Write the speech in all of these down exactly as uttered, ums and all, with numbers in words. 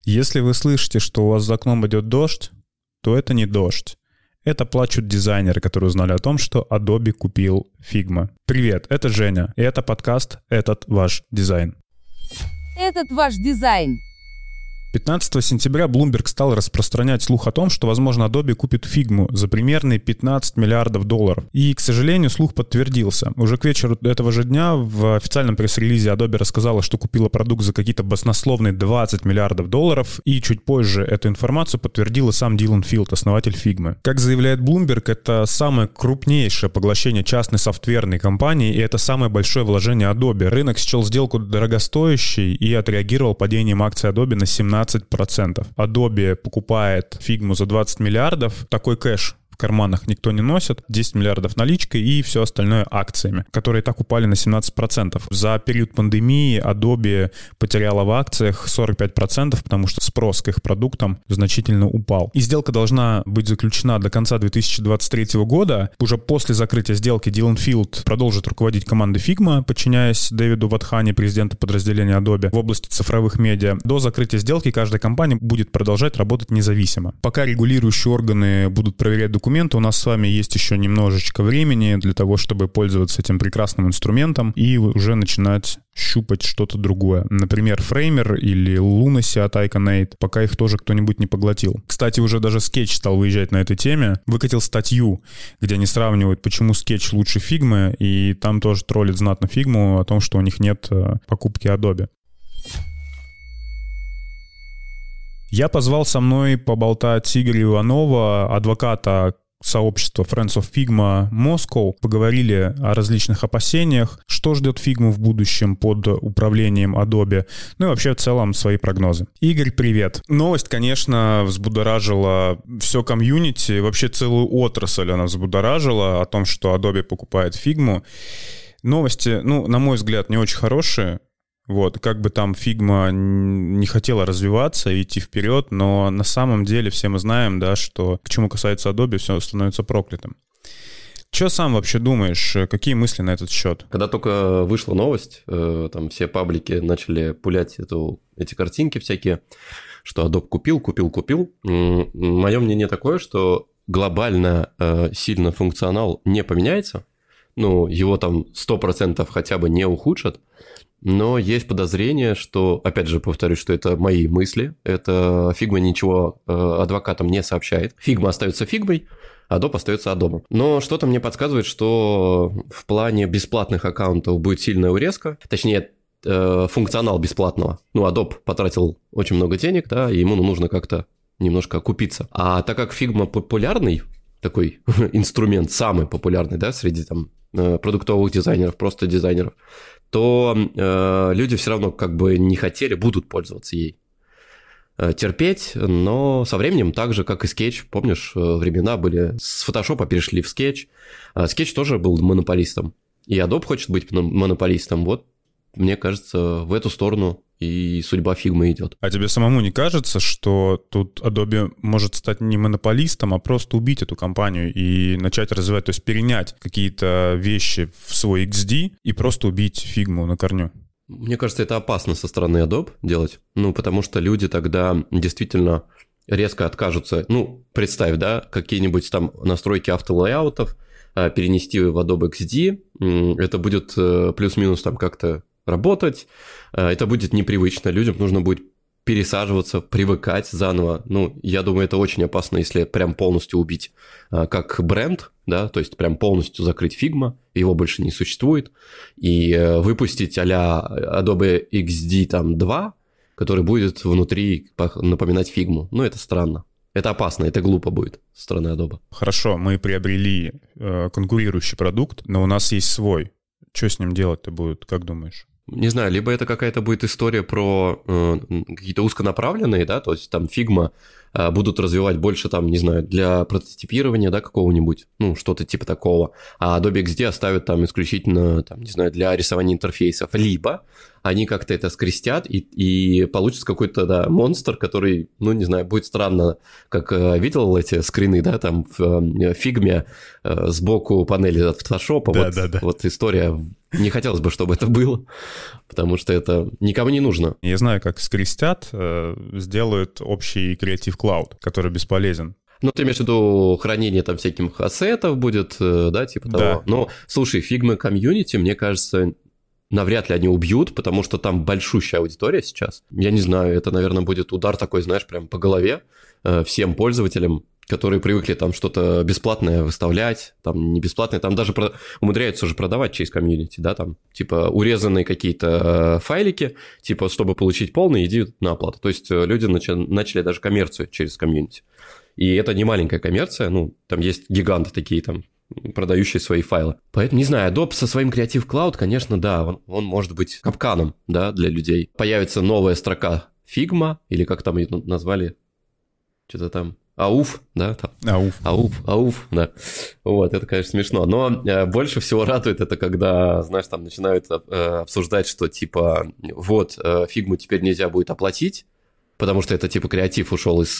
Если вы слышите, что у вас за окном идет дождь, то это не дождь. Это плачут дизайнеры, которые узнали о том, что Adobe купил Figma. Привет, это Женя, и это подкаст «Этот ваш дизайн». Этот ваш дизайн. пятнадцатого сентября Bloomberg стал распространять слух о том, что, возможно, Adobe купит Figma за примерные пятнадцать миллиардов долларов. И, к сожалению, слух подтвердился. Уже к вечеру этого же дня в официальном пресс-релизе Adobe рассказала, что купила продукт за какие-то баснословные двадцать миллиардов долларов, и чуть позже эту информацию подтвердил и сам Дилан Филд, основатель Figma. Как заявляет Bloomberg, это самое крупнейшее поглощение частной софтверной компании, и это самое большое вложение Adobe. Рынок счел сделку дорогостоящей и отреагировал падением акций Adobe на семнадцать процентов. Adobe покупает Figma за двадцать миллиардов. Такой кэш в карманах никто не носит. десять миллиардов наличкой и все остальное акциями, которые так упали на семнадцать процентов. За период пандемии Adobe потеряла в акциях сорок пять процентов, потому что спрос к их продуктам значительно упал. И сделка должна быть заключена до конца две тысячи двадцать третьего года. Уже после закрытия сделки Дилан Филд продолжит руководить командой Figma, подчиняясь Дэвиду Ватхани, президенту подразделения Adobe в области цифровых медиа. До закрытия сделки каждая компания будет продолжать работать независимо. Пока регулирующие органы будут проверять документы, у нас с вами есть еще немножечко времени для того, чтобы пользоваться этим прекрасным инструментом и уже начинать щупать что-то другое. Например, Framer или Lunacy от Iconate, пока их тоже кто-нибудь не поглотил. Кстати, уже даже Sketch стал выезжать на этой теме. Выкатил статью, где они сравнивают, почему Sketch лучше Figma, и там тоже троллит знатно Figma о том, что у них нет покупки Adobe. Я позвал со мной поболтать Игоря Иванова, адвоката сообщества Friends of Figma Moscow. Поговорили о различных опасениях, что ждет Figma в будущем под управлением Adobe, ну и вообще в целом свои прогнозы. Игорь, привет. Новость, конечно, взбудоражила все комьюнити, вообще целую отрасль она взбудоражила о том, что Adobe покупает Figma. Новости, ну, на мой взгляд, не очень хорошие. Вот, как бы там Figma не хотела развиваться, идти вперед, но на самом деле все мы знаем, да, что к чему касается Adobe, все становится проклятым. Что сам вообще думаешь? Какие мысли на этот счет? Когда только вышла новость, там все паблики начали пулять эту, эти картинки всякие, что Adobe купил, купил, купил. Мое мнение такое, что глобально сильно функционал не поменяется, ну, его там сто процентов хотя бы не ухудшат. Но есть подозрение, что, опять же, повторюсь, что это мои мысли, это Figma ничего э, адвокатам не сообщает. Figma остается Figma, Adobe остается Adobe. Но что-то мне подсказывает, что в плане бесплатных аккаунтов будет сильная урезка, точнее, э, функционал бесплатного. Ну, Adobe потратил очень много денег, да, и ему нужно как-то немножко окупиться. А так как Figma популярный такой инструмент, самый популярный, да, среди там продуктовых дизайнеров, просто дизайнеров, то э, люди все равно как бы не хотели, будут пользоваться ей. Э, терпеть, но со временем так же, как и Sketch, помнишь, времена были, с Photoshop перешли в Sketch, а Sketch тоже был монополистом, и Adobe хочет быть монополистом, вот, мне кажется, в эту сторону и судьба Figma идет. А тебе самому не кажется, что тут Adobe может стать не монополистом, а просто убить эту компанию и начать развивать, то есть перенять какие-то вещи в свой икс ди и просто убить Figma на корню? Мне кажется, это опасно со стороны Adobe делать, ну, потому что люди тогда действительно резко откажутся. Ну, представь, да, какие-нибудь там настройки автолейаутов перенести в Adobe икс ди, это будет плюс-минус там как-то работать, это будет непривычно, людям нужно будет пересаживаться, привыкать заново. Ну, я думаю, это очень опасно, если прям полностью убить как бренд, да, то есть прям полностью закрыть Figma, его больше не существует, и выпустить а-ля Adobe икс ди там два, который будет внутри напоминать Figma. Ну, это странно. Это опасно, это глупо будет со стороны Adobe. Хорошо, мы приобрели э, конкурирующий продукт, но у нас есть свой. Что с ним делать-то будет, как думаешь? Не знаю, либо это какая-то будет история про э, какие-то узконаправленные, да, то есть там Figma будут развивать больше там, не знаю, для прототипирования, да, какого-нибудь, ну, что-то типа такого, а Adobe икс ди оставят там исключительно, там, не знаю, для рисования интерфейсов, либо они как-то это скрестят, и, и получится какой-то, да, монстр, который, ну, не знаю, будет странно, как э, видел эти скрины, да, там в э, фигме э, сбоку панели от фотошопа, да, вот, да, да. вот история, не хотелось бы, чтобы это было, потому что это никому не нужно. Я знаю, как скрестят, э, сделают общий Creative Cloud, который бесполезен. Ну, ты имеешь в виду хранение там всяких ассетов будет, э, да, типа того. Да. Но, слушай, Figma комьюнити, мне кажется, навряд ли они убьют, потому что там большущая аудитория сейчас. Я не знаю, это, наверное, будет удар такой, знаешь, прям по голове э, всем пользователям, которые привыкли там что-то бесплатное выставлять, там не бесплатное, там даже про... умудряются уже продавать через комьюнити, да, там типа урезанные какие-то э, файлики, типа чтобы получить полный, иди на оплату. То есть люди начали, начали даже коммерцию через комьюнити. И это не маленькая коммерция, ну, там есть гиганты такие там, продающие свои файлы. Поэтому, не знаю, Adobe со своим Creative Cloud, конечно, да, он, он может быть капканом, да, для людей. Появится новая строка Figma, или как там ее назвали, что-то там, ауф, да, там. Ауф. Ауф, ауф, да. Вот, это, конечно, смешно. Но э, больше всего радует это, когда, знаешь, там начинают э, обсуждать, что типа, вот, э, Figma теперь нельзя будет оплатить, потому что это типа креатив ушел из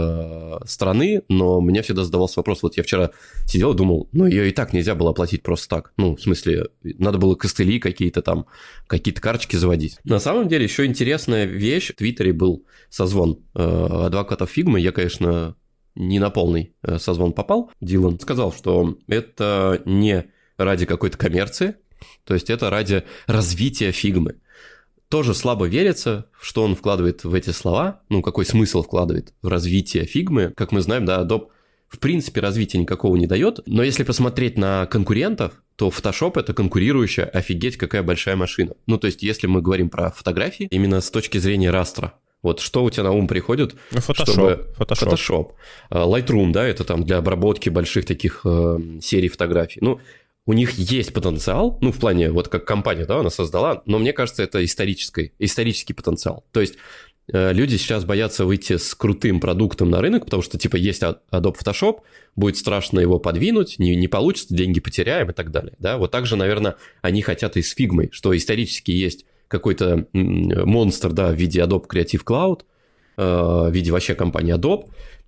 э, страны, но мне всегда задавался вопрос, вот я вчера сидел и думал, ну ее и так нельзя было оплатить просто так, ну в смысле, надо было костыли какие-то там, какие-то карточки заводить. На самом деле еще интересная вещь, в Твиттере был созвон э, адвокатов Figma, я, конечно, не на полный э, созвон попал, Дилан сказал, что это не ради какой-то коммерции, то есть это ради развития Figma. Тоже слабо верится, что он вкладывает в эти слова, ну, какой смысл вкладывает в развитие Figma. Как мы знаем, да, Adobe в принципе развития никакого не дает, но если посмотреть на конкурентов, то Photoshop — это конкурирующая, офигеть, какая большая машина. Ну, то есть, если мы говорим про фотографии, именно с точки зрения растра, вот что у тебя на ум приходит? Photoshop. Чтобы... Photoshop. Photoshop. Lightroom, да, это там для обработки больших таких э, серий фотографий. Ну, у них есть потенциал, ну, в плане, вот как компания, да, она создала, но мне кажется, это исторический, исторический потенциал. То есть э, люди сейчас боятся выйти с крутым продуктом на рынок, потому что, типа, есть Adobe Photoshop, будет страшно его подвинуть, не, не получится, деньги потеряем и так далее, да. Вот так же, наверное, они хотят и с Figma, что исторически есть какой-то монстр, да, в виде Adobe Creative Cloud, э, в виде вообще компании Adobe,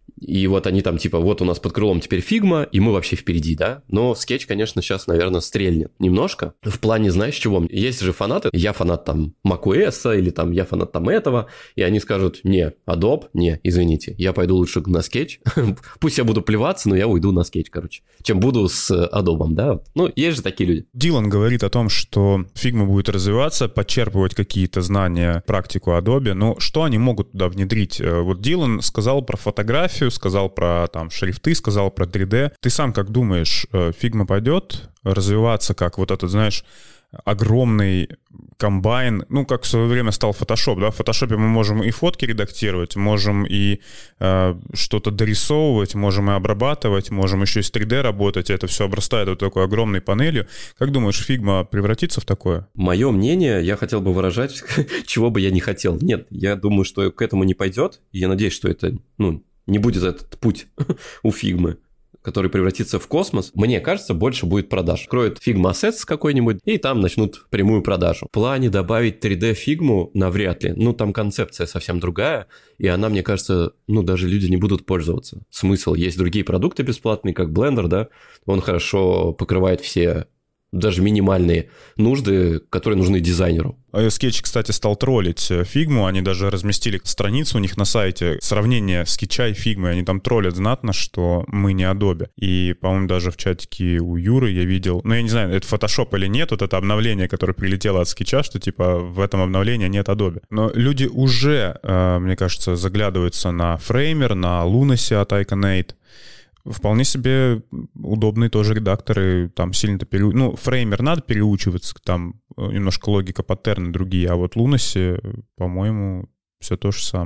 и вот они там типа, вот у нас под крылом теперь Figma, и мы вообще впереди, да? Но Sketch, конечно, сейчас, наверное, стрельнет немножко. В плане, знаешь, чего? Есть же фанаты, я фанат там macOS, или там я фанат там этого, и они скажут, не, Adobe, не, извините, я пойду лучше на Sketch. Пусть я буду плеваться, но я уйду на Sketch, короче, чем буду с Adobe, да? Ну, есть же такие люди. Дилан говорит о том, что Figma будет развиваться, подчерпывать какие-то знания, практику Adobe, но что они могут туда внедрить? Вот Дилан сказал про фотографию, сказал про там шрифты, сказал про три дэ. Ты сам как думаешь, Figma пойдет развиваться как вот этот, знаешь, огромный комбайн, ну, как в свое время стал Photoshop, да, в Photoshop мы можем и фотки редактировать, можем и э, что-то дорисовывать, можем и обрабатывать, можем еще и с три дэ работать, и это все обрастает вот такой огромной панелью. Как думаешь, Figma превратится в такое? Мое мнение, я хотел бы выражать, чего бы я не хотел. Нет, я думаю, что к этому не пойдет, и я надеюсь, что это, ну, не будет этот путь у Figma, который превратится в космос. Мне кажется, больше будет продаж. Кроют Figma Assets какой-нибудь, и там начнут прямую продажу. В плане добавить три дэ Figma навряд ли. Ну, там концепция совсем другая, и она, мне кажется, ну, даже люди не будут пользоваться. Смысл? Есть другие продукты бесплатные, как Blender, да? Он хорошо покрывает все даже минимальные нужды, которые нужны дизайнеру. Sketch, кстати, стал троллить Figma, они даже разместили страницу у них на сайте, сравнение Sketch'а и Figma, они там троллят знатно, что мы не Adobe. И, по-моему, даже в чатике у Юры я видел, ну, я не знаю, это Photoshop или нет, вот это обновление, которое прилетело от Sketch'а, что, типа, в этом обновлении нет Adobe. Но люди уже, мне кажется, заглядываются на Framer, на Lunacy от Iconate. Вполне себе удобные тоже редакторы, там сильно-то переу... Ну, Framer надо переучиваться, там немножко логика, паттерны другие, а вот Lunacy, по-моему, все то же самое.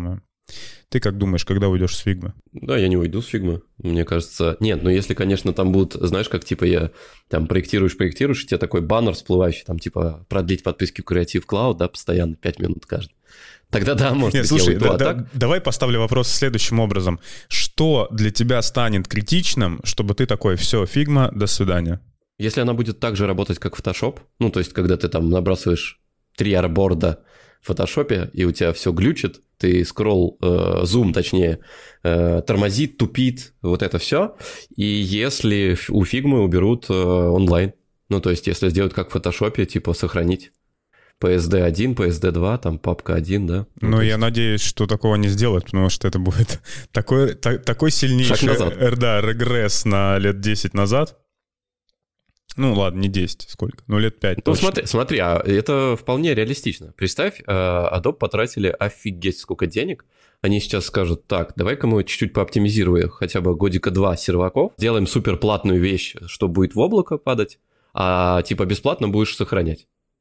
Ты как думаешь, когда уйдешь с фигмы? Да, я не уйду с фигмы, мне кажется. Нет, ну если, конечно, там будут, знаешь, как типа я там проектируешь, проектируешь, и тебе такой баннер всплывающий, там типа продлить подписки в Creative Cloud, да, постоянно, пять минут каждый. Тогда да, может Нет, быть, слушай, я уйду, да, а да, так... давай поставлю вопрос следующим образом. Что для тебя станет критичным, чтобы ты такой, все, фигма, до свидания? Если она будет так же работать, как Photoshop, ну, то есть, когда ты там набрасываешь три арборда в Photoshop, и у тебя все глючит, ты скролл, э, зум, точнее, э, тормозит, тупит, вот это все. И если у фигмы уберут э, онлайн, ну, то есть, если сделают как в Photoshop, типа, сохранить пи эс ди один, пи эс ди два, там, папка один, да. Ну, ну я есть... надеюсь, что такого не сделают, потому что это будет такой, та, такой сильнейший р, да, регресс на лет десять назад. Ну, ладно, не десять, сколько? Ну, лет пять. Ну, смотри, смотри, а это вполне реалистично. Представь, Adobe потратили офигеть сколько денег. Они сейчас скажут, так, давай-ка мы чуть-чуть пооптимизируем хотя бы годика два серваков, делаем суперплатную вещь, что будет в облако падать, а типа бесплатно будешь сохранять.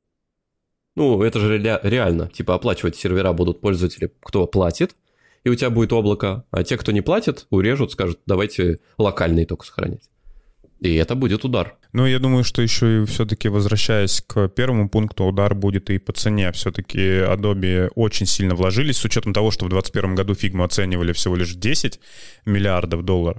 Ну, это же ре- реально. Типа оплачивать сервера будут пользователи, кто платит, и у тебя будет облако. А те, кто не платит, урежут, скажут, давайте локальные только сохранять. И это будет удар. Ну, я думаю, что еще и все-таки, возвращаясь к первому пункту, удар будет и по цене. Все-таки Adobe очень сильно вложились, с учетом того, что в двадцать первом году фигму оценивали всего лишь десять миллиардов долларов,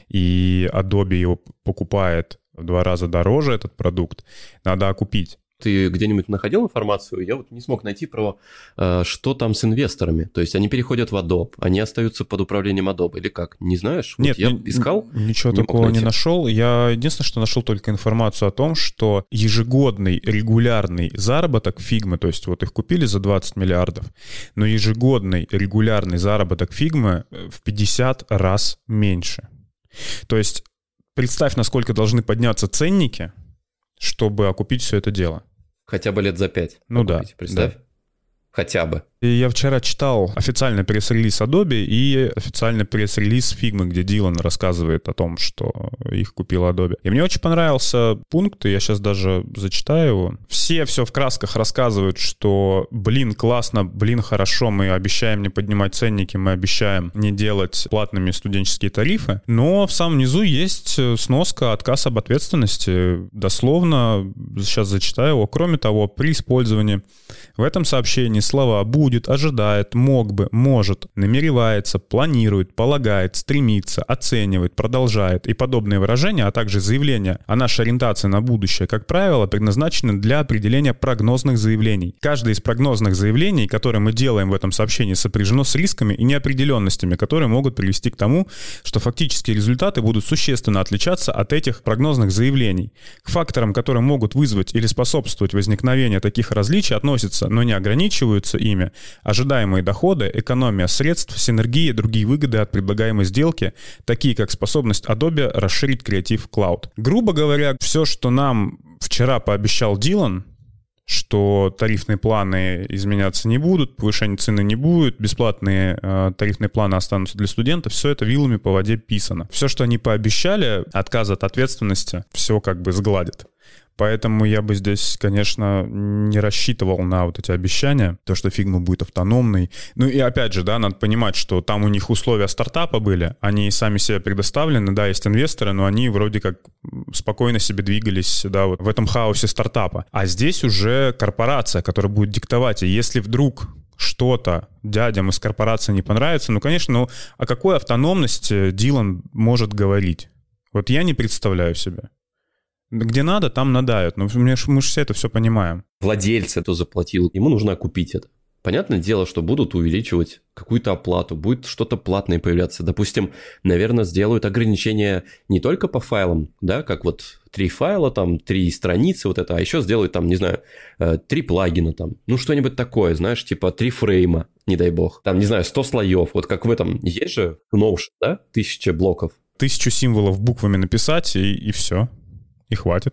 и Adobe его покупает в два раза дороже, этот продукт, надо окупить. Ты где-нибудь находил информацию? Я вот не смог найти про, э, что там с инвесторами. То есть они переходят в Adobe, они остаются под управлением Adobe или как? Не знаешь? Нет, вот я ни, искал. Ничего не такого не нашел. Я единственное, что нашел только информацию о том, что ежегодный регулярный заработок фигмы, то есть вот их купили за двадцать миллиардов, но ежегодный регулярный заработок фигмы в пятьдесят раз меньше. То есть представь, насколько должны подняться ценники, чтобы окупить все это дело. Хотя бы лет за пять. Ну окупить, да. Представь. Да. Хотя бы. И я вчера читал официальный пресс-релиз Adobe и официальный пресс-релиз Figma, где Дилан рассказывает о том, что их купил Adobe. И мне очень понравился пункт, и я сейчас даже зачитаю его. Все все в красках рассказывают, что, блин, классно, блин, хорошо, мы обещаем не поднимать ценники, мы обещаем не делать платными студенческие тарифы. Но в самом низу есть сноска, отказ об ответственности. Дословно, сейчас зачитаю его. Кроме того, при использовании в этом сообщении слова «будет», «ожидает», «мог бы», «может», «намеревается», «планирует», «полагает», «стремится», «оценивает», «продолжает» и подобные выражения, а также заявления о нашей ориентации на будущее, как правило, предназначены для определения прогнозных заявлений. Каждое из прогнозных заявлений, которые мы делаем в этом сообщении, сопряжено с рисками и неопределенностями, которые могут привести к тому, что фактические результаты будут существенно отличаться от этих прогнозных заявлений. К факторам, которые могут вызвать или способствовать возникновению таких различий, относятся, но не ограничиваются ими, ожидаемые доходы, экономия средств, синергии и другие выгоды от предлагаемой сделки, такие как способность Adobe расширить Creative Cloud. Грубо говоря, все, что нам вчера пообещал Дилан, что тарифные планы изменяться не будут, повышения цены не будет, бесплатные э, тарифные планы останутся для студентов, все это вилами по воде писано. Все, что они пообещали, отказ от ответственности, все как бы сгладит. Поэтому я бы здесь, конечно, не рассчитывал на вот эти обещания, то, что Figma будет автономной. Ну и опять же, да, надо понимать, что там у них условия стартапа были, они сами себе предоставлены, да, есть инвесторы, но они вроде как спокойно себе двигались, да, вот в этом хаосе стартапа. А здесь уже корпорация, которая будет диктовать, и если вдруг что-то дядям из корпорации не понравится, ну, конечно, ну, о какой автономности Дилан может говорить? Вот я не представляю себе. Где надо, там надают. Но мы же все это все понимаем. Владельцы, кто заплатил, ему нужно окупить это. Понятное дело, что будут увеличивать какую-то оплату, будет что-то платное появляться. Допустим, наверное, сделают ограничения не только по файлам, да, как вот три файла, там, три страницы, вот это, а еще сделают там, не знаю, три плагина там, ну, что-нибудь такое, знаешь, типа три фрейма, не дай бог. Там, не знаю, сто слоев, вот как в этом, есть же Notion, да, тысяча блоков. Тысячу символов буквами написать, и, и все. И хватит.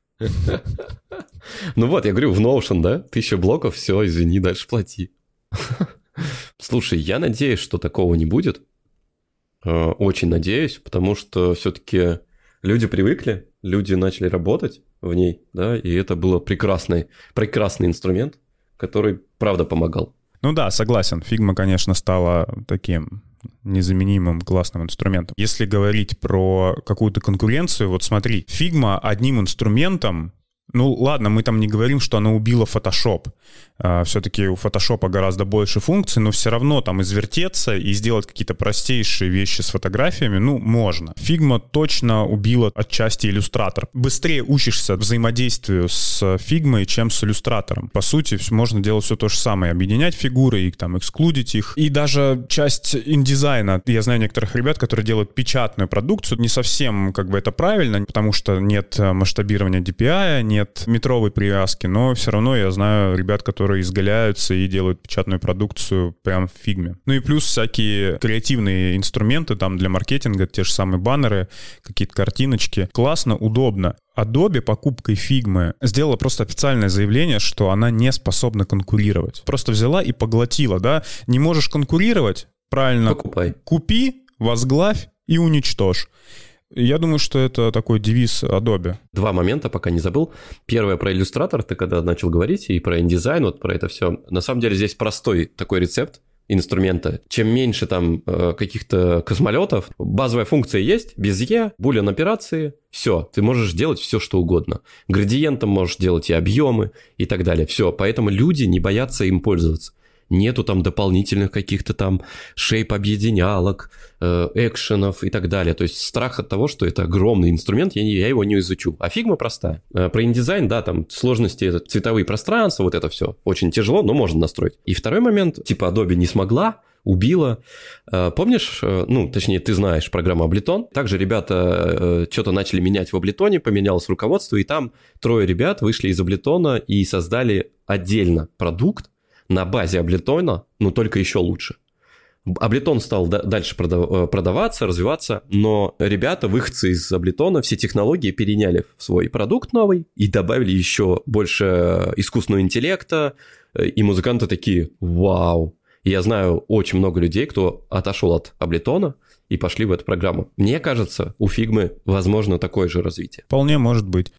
Ну вот, я говорю, в Notion, да? Тысяча блоков, все, извини, дальше плати. Слушай, я надеюсь, что такого не будет. Очень надеюсь, потому что все-таки люди привыкли, люди начали работать в ней, да, и это был прекрасный, прекрасный инструмент, который, правда, помогал. Ну да, согласен. Figma, конечно, стала таким незаменимым классным инструментом. Если говорить про какую-то конкуренцию, вот смотри, Figma одним инструментом, ну ладно, мы там не говорим, что она убила Photoshop. А, все-таки у Photoshop гораздо больше функций, но все равно там извертеться и сделать какие-то простейшие вещи с фотографиями, ну, можно. Figma точно убила отчасти иллюстратор. Быстрее учишься взаимодействию с Figma, чем с иллюстратором. По сути, можно делать все то же самое. Объединять фигуры и там эксклюдить их. И даже часть индизайна. Я знаю некоторых ребят, которые делают печатную продукцию. Не совсем как бы это правильно, потому что нет масштабирования ди пи ай, нет нет метровой привязки, но все равно я знаю ребят, которые изгаляются и делают печатную продукцию прямо в Figma. Ну и плюс всякие креативные инструменты там для маркетинга, те же самые баннеры, какие-то картиночки. Классно, удобно. Adobe покупкой Figma сделала просто официальное заявление, что она не способна конкурировать. Просто взяла и поглотила, да? Не можешь конкурировать? Правильно. Покупай. Купи, возглавь и уничтожь. Я думаю, что это такой девиз Adobe. Два момента, пока не забыл. Первое про иллюстратор, ты когда начал говорить, и про индизайн, вот про это все. На самом деле здесь простой такой рецепт инструмента. Чем меньше там э, каких-то космолетов, базовая функция есть, без Е, булиан операции, все, ты можешь делать все, что угодно. Градиентом можешь делать и объемы, и так далее. Все, поэтому люди не боятся им пользоваться. Нету там дополнительных каких-то там шейп-объединялок, э, экшенов и так далее. То есть страх от того, что это огромный инструмент, я, не, я его не изучу. А Figma простая. Э, про индизайн, да, там сложности, это цветовые пространства, вот это все очень тяжело, но можно настроить. И второй момент, типа Adobe не смогла, убила. Э, помнишь, э, ну, точнее, ты знаешь программу Ableton. Также ребята э, что-то начали менять в Ableton, поменялось руководство, и там трое ребят вышли из Ableton и создали отдельно продукт на базе Ableton, но только еще лучше. Ableton стал дальше продаваться, развиваться, но ребята, выходцы из Ableton, все технологии переняли в свой продукт новый и добавили еще больше искусственного интеллекта, и музыканты такие: вау! И я знаю очень много людей, кто отошел от Ableton и пошли в эту программу. Мне кажется, у Figma возможно такое же развитие. Вполне может быть.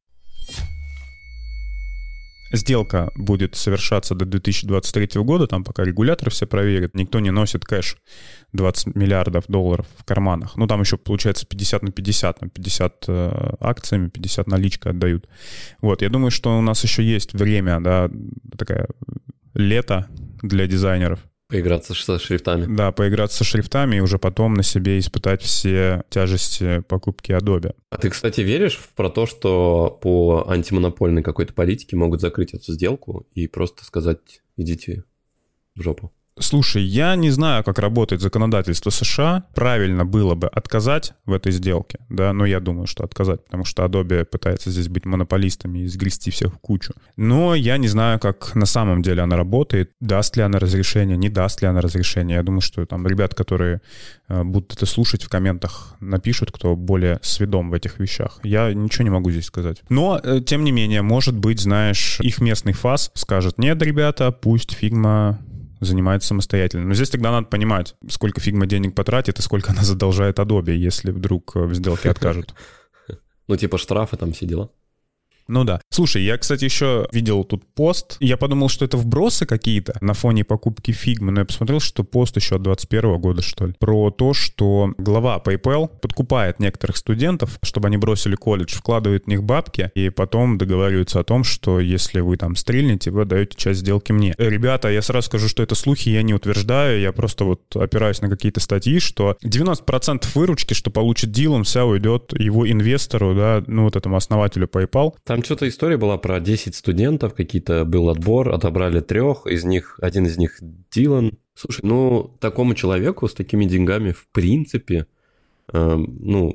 Сделка будет совершаться до две тысячи двадцать третьего года, там пока регуляторы все проверят, никто не носит кэш двадцать миллиардов долларов в карманах. Ну, там еще получается пятьдесят на пятьдесят, там пятьдесят э, акциями, пятьдесят наличкой отдают. Вот, я думаю, что у нас еще есть время, да, такая лето для дизайнеров. Поиграться со шрифтами. Да, поиграться со шрифтами и уже потом на себе испытать все тяжести покупки Adobe. А ты, кстати, веришь в про то, что по антимонопольной какой-то политике могут закрыть эту сделку и просто сказать: идите в жопу? Слушай, я не знаю, как работает законодательство США. Правильно было бы отказать в этой сделке, да, но я думаю, что отказать, потому что Adobe пытается здесь быть монополистами и сгрести всех в кучу. Но я не знаю, как на самом деле она работает, даст ли она разрешение, не даст ли она разрешение. Я думаю, что там ребят, которые будут это слушать, в комментах напишут, кто более сведом в этих вещах. Я ничего не могу здесь сказать. Но, тем не менее, может быть, знаешь, их местный ФАС скажет: нет, ребята, пусть Figma занимается самостоятельно. Но здесь тогда надо понимать, сколько Figma денег потратит и сколько она задолжает Adobe, если вдруг в сделке откажут. Ну, типа штрафы, там все дела. Ну да. Слушай, я, кстати, еще видел тут пост. Я подумал, что это вбросы какие-то на фоне покупки Figma, но я посмотрел, что пост еще от двадцать первого года, что ли, про то, что глава PayPal подкупает некоторых студентов, чтобы они бросили колледж, вкладывает в них бабки и потом договариваются о том, что если вы там стрельнете, вы отдаете часть сделки мне. Ребята, я сразу скажу, что это слухи, я не утверждаю, я просто вот опираюсь на какие-то статьи, что девяносто процентов выручки, что получит Дилан, вся уйдет его инвестору, да, ну вот этому основателю PayPal. Там что-то история была про десять студентов, какие-то был отбор, отобрали трех, из них, один из них Дилан. Слушай, ну, такому человеку с такими деньгами, в принципе, э, ну,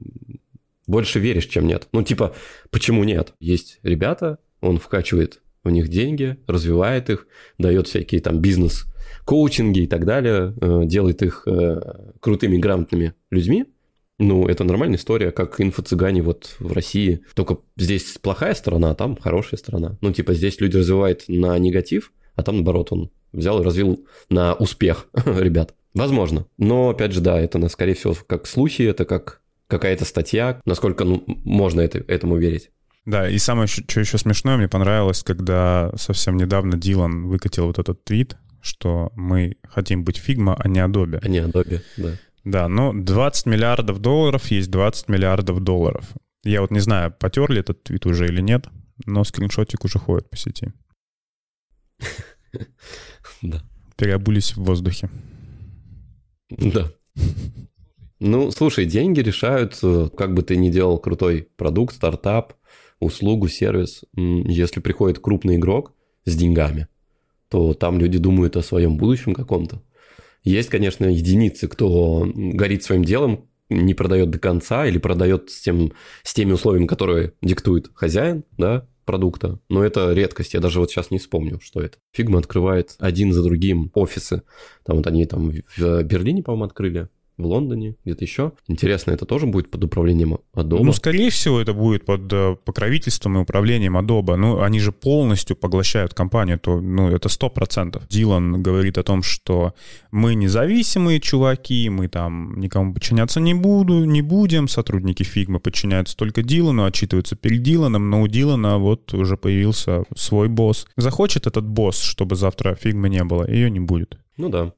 больше веришь, чем нет. Ну, типа, почему нет? Есть ребята, он вкачивает в них деньги, развивает их, дает всякие там бизнес-коучинги и так далее, э, делает их э, крутыми, грамотными людьми. Ну, это нормальная история, как инфо-цыгане вот в России. Только здесь плохая сторона, а там хорошая сторона. Ну, типа, здесь люди развивают на негатив, а там, наоборот, он взял и развил на успех ребят. Возможно. Но, опять же, да, это, скорее всего, как слухи, это как какая-то статья. Насколько ну, можно это, этому верить. Да, и самое, что еще смешное, мне понравилось, когда совсем недавно Дилан выкатил вот этот твит, что мы хотим быть Figma, а не Adobe. А не Adobe, да. Да, но двадцать миллиардов долларов есть двадцать миллиардов долларов. Я вот не знаю, потерли этот твит уже или нет, но скриншотик уже ходит по сети. Да. Переобулись в воздухе. Да. Ну, слушай, деньги решают, как бы ты ни делал крутой продукт, стартап, услугу, сервис. Если приходит крупный игрок с деньгами, то там люди думают о своем будущем каком-то. Есть, конечно, единицы, кто горит своим делом, не продает до конца или продает с, тем, с теми условиями, которые диктует хозяин, да, продукта. Но это редкость. Я даже вот сейчас не вспомню, что это. Figma открывает один за другим офисы. Там вот они там в Берлине, по-моему, открыли. В Лондоне, где-то еще. Интересно, это тоже будет под управлением Adobe? Ну, скорее всего, это будет под покровительством и управлением Adobe. Ну, они же полностью поглощают компанию, то, ну, это сто процентов. Дилан говорит о том, что мы независимые чуваки, мы там никому подчиняться не буду, не будем. Сотрудники Figma подчиняются только Дилану, отчитываются перед Диланом, но у Дилана вот уже появился свой босс. Захочет этот босс, чтобы завтра Figma не было, ее не будет. Ну да.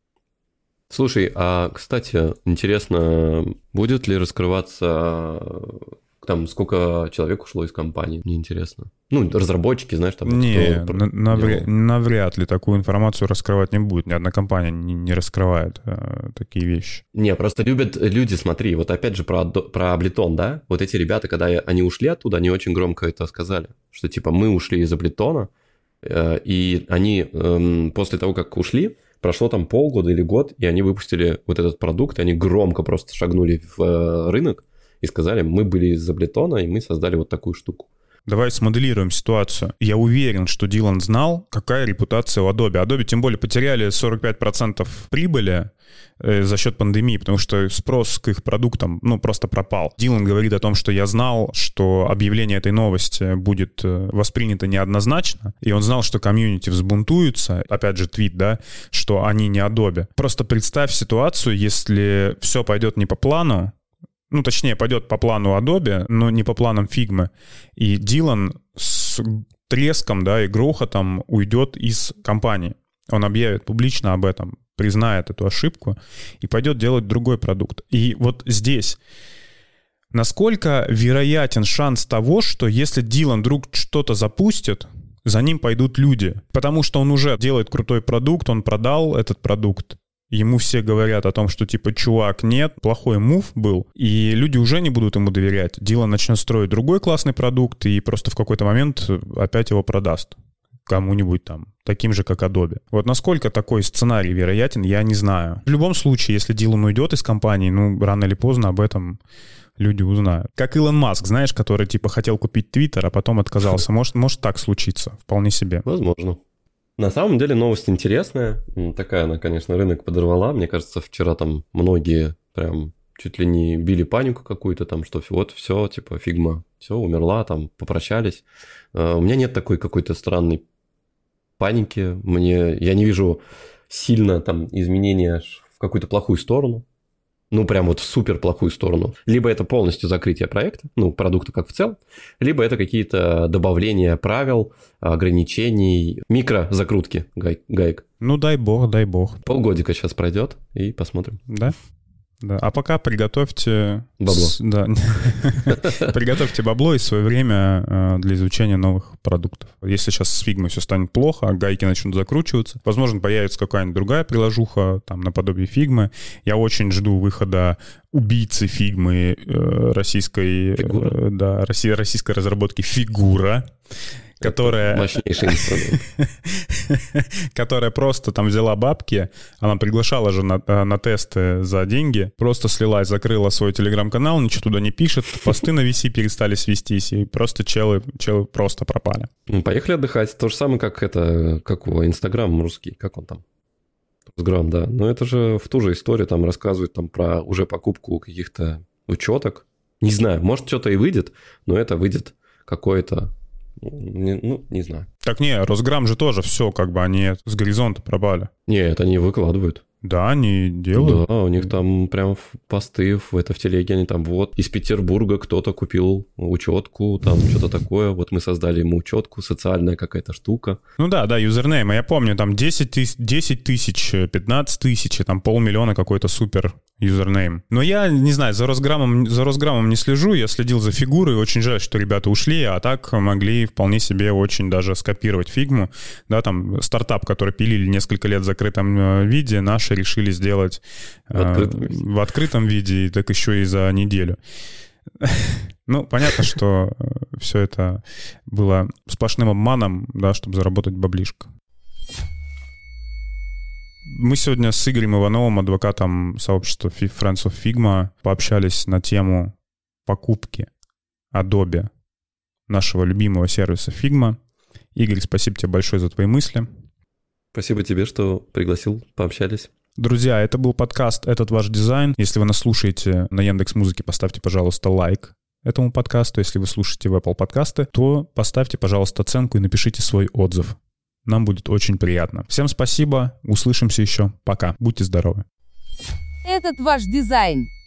Слушай, а, кстати, интересно, будет ли раскрываться, там, сколько человек ушло из компании? Мне интересно. Ну, разработчики, знаешь, там... Не, навряд, навряд ли такую информацию раскрывать не будет. Ни одна компания не, не раскрывает э, такие вещи. Не, просто любят люди, смотри, вот опять же про, про Ableton, да? Вот эти ребята, когда они ушли оттуда, они очень громко это сказали, что типа мы ушли из Ableton, э, и они э, после того, как ушли, прошло там полгода или год, и они выпустили вот этот продукт, и они громко просто шагнули в рынок и сказали, мы были из Ableton, и мы создали вот такую штуку. Давай смоделируем ситуацию. Я уверен, что Дилан знал, какая репутация у Adobe. Adobe тем более потеряли сорок пять процентов прибыли э, за счет пандемии, потому что спрос к их продуктам, ну, просто пропал. Дилан говорит о том, что я знал, что объявление этой новости будет воспринято неоднозначно, и он знал, что комьюнити взбунтуется. Опять же, твит, да, что они не Adobe. Просто представь ситуацию, если все пойдет не по плану, ну, точнее, пойдет по плану Adobe, но не по планам Figma. И Дилан с треском, да, и грохотом уйдет из компании. Он объявит публично об этом, признает эту ошибку и пойдет делать другой продукт. И вот здесь насколько вероятен шанс того, что если Дилан вдруг что-то запустит, за ним пойдут люди? Потому что он уже делает крутой продукт, он продал этот продукт. Ему все говорят о том, что типа, чувак, нет, плохой мув был, и люди уже не будут ему доверять. Дилан начнет строить другой классный продукт и просто в какой-то момент опять его продаст кому-нибудь там, таким же, как Adobe. Вот насколько такой сценарий вероятен, я не знаю. В любом случае, если Дилан уйдет из компании, ну, рано или поздно об этом люди узнают. Как Илон Маск, знаешь, который типа хотел купить Твиттер, а потом отказался. Может, может так случиться, вполне себе. Возможно. На самом деле новость интересная. Такая она, конечно, рынок подорвала. Мне кажется, вчера там многие прям чуть ли не били панику какую-то там, что вот все, типа Figma, все, умерла, там попрощались. У меня нет такой какой-то странной паники. Мне, я не вижу сильно там изменения в какую-то плохую сторону. Ну, прям вот в супер плохую сторону. Либо это полностью закрытие проекта, ну, продукта как в целом, либо это какие-то добавления правил, ограничений, микрозакрутки гаек. Ну, дай бог, дай бог. Полгодика сейчас пройдет, и посмотрим. Да? Да. А пока приготовьте... Бабло. С... Да. Приготовьте бабло и свое время для изучения новых продуктов. Если сейчас с Figma все станет плохо, гайки начнут закручиваться, возможно, появится какая-нибудь другая приложуха, там, наподобие Figma. Я очень жду выхода убийцы Figma российской, да, российской разработки Фигура, которая... Мощнейший инструмент. Которая просто там взяла бабки, она приглашала же на, на тесты за деньги, просто слилась, закрыла свой телеграм-канал, ничего туда не пишет, посты на ви си перестали свестись, и просто челы, челы просто пропали. Поехали отдыхать. То же самое, как это, как у Инстаграм русский, как он там? Инстаграм, да. Но это же в ту же историю там рассказывают там про уже покупку каких-то учеток. Не знаю, может, что-то и выйдет, но это выйдет какое-то... Не, ну, не знаю. Так не, Росграм же тоже все, как бы они с горизонта пропали. Нет, они выкладывают. Да, они делают. Да, у них там прям посты в это в телеге, они там вот из Петербурга кто-то купил учетку, там что-то такое, вот мы создали ему учетку, социальная какая-то штука. Ну да, да, юзернейм, я помню, там десять тысяч, пятнадцать тысяч, там полмиллиона какой-то супер юзернейм. Но я, не знаю, за Росграммом, за Росграммом не слежу, я следил за фигурой, очень жаль, что ребята ушли, а так могли вполне себе очень даже скопировать фигму. Да, там стартап, который пилили несколько лет в закрытом виде, наши решили сделать в открытом, э, в открытом виде, и так еще и за неделю. Ну, понятно, что все это было сплошным обманом, да, чтобы заработать баблишко. Мы сегодня с Игорем Ивановым, адвокатом сообщества Friends of Figma, пообщались на тему покупки Adobe, нашего любимого сервиса Figma. Игорь, спасибо тебе большое за твои мысли. Спасибо тебе, что пригласил, пообщались. Друзья, это был подкаст «Этот ваш дизайн». Если вы нас слушаете на Яндекс.Музыке, поставьте, пожалуйста, лайк этому подкасту. Если вы слушаете в Apple подкасты, то поставьте, пожалуйста, оценку и напишите свой отзыв. Нам будет очень приятно. Всем спасибо, услышимся еще. Пока. Будьте здоровы. Этот ваш дизайн.